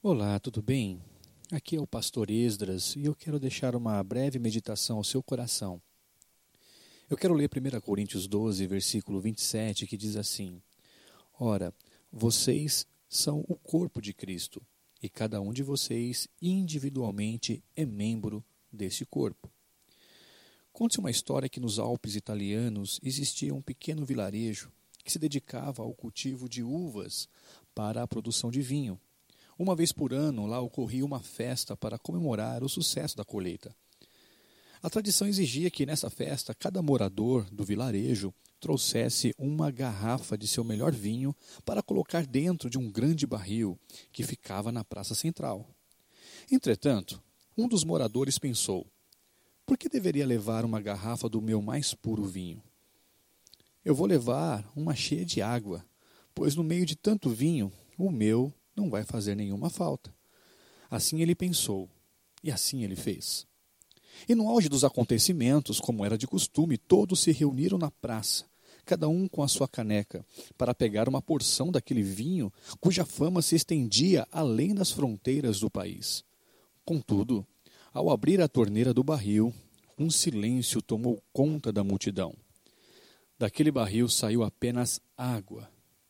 Olá, tudo bem? Aqui é o pastor Esdras e eu quero deixar uma breve meditação ao seu coração. Eu quero ler 1 Coríntios 12, versículo 27, que diz assim: Ora, vocês são o corpo de Cristo, e cada um de vocês individualmente é membro desse corpo. Conte-se uma história que nos Alpes italianos existia um pequeno vilarejo que se dedicava ao cultivo de uvas para a produção de vinho. Uma vez por ano, lá ocorria uma festa para comemorar o sucesso da colheita. A tradição exigia que nessa festa cada morador do vilarejo trouxesse uma garrafa de seu melhor vinho para colocar dentro de um grande barril que ficava na praça central. Entretanto, um dos moradores pensou: por que deveria levar uma garrafa do meu mais puro vinho? Eu vou levar uma cheia de água, pois no meio de tanto vinho, o meu não vai fazer nenhuma falta. Assim ele pensou, e assim ele fez. E no auge dos acontecimentos, como era de costume, todos se reuniram na praça, cada um com a sua caneca, para pegar uma porção daquele vinho cuja fama se estendia além das fronteiras do país. Contudo, ao abrir a torneira do barril, um silêncio tomou conta da multidão. Daquele barril saiu apenas água.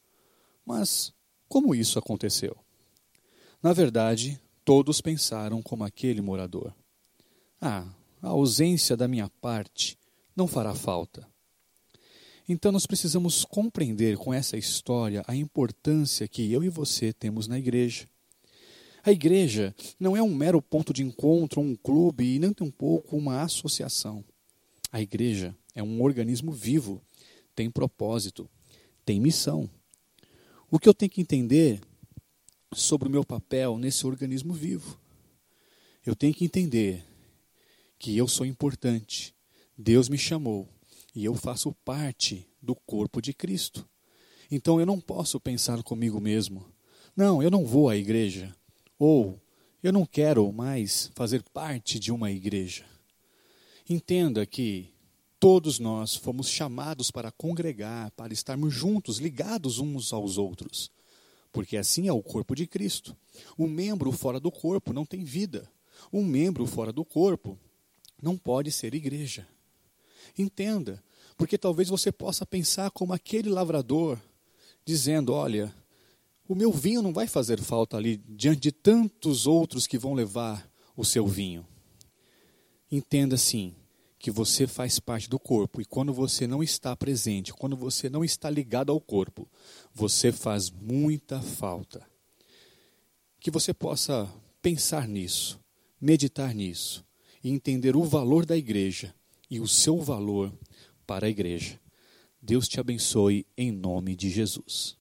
Mas como isso aconteceu? Na verdade, todos pensaram como aquele morador. A ausência da minha parte não fará falta. Então nós precisamos compreender com essa história a importância que eu e você temos na igreja. A igreja não é um mero ponto de encontro, um clube e nem tampouco uma associação. A igreja é um organismo vivo, tem propósito, tem missão. O que eu tenho que entender sobre o meu papel nesse organismo vivo? Eu tenho que entender que eu sou importante, Deus me chamou e eu faço parte do corpo de Cristo. Então eu não posso pensar comigo mesmo: não, eu não vou à igreja, ou eu não quero mais fazer parte de uma igreja. Entenda que todos nós fomos chamados para congregar, para estarmos juntos, ligados uns aos outros. Porque assim é o corpo de Cristo. Um membro fora do corpo não tem vida. Um membro fora do corpo não pode ser igreja. Entenda, porque talvez você possa pensar como aquele lavrador, dizendo: olha, o meu vinho não vai fazer falta ali diante de tantos outros que vão levar o seu vinho. Entenda sim, que você faz parte do corpo, e quando você não está presente, quando você não está ligado ao corpo, você faz muita falta. Que você possa pensar nisso, meditar nisso, e entender o valor da igreja e o seu valor para a igreja. Deus te abençoe em nome de Jesus.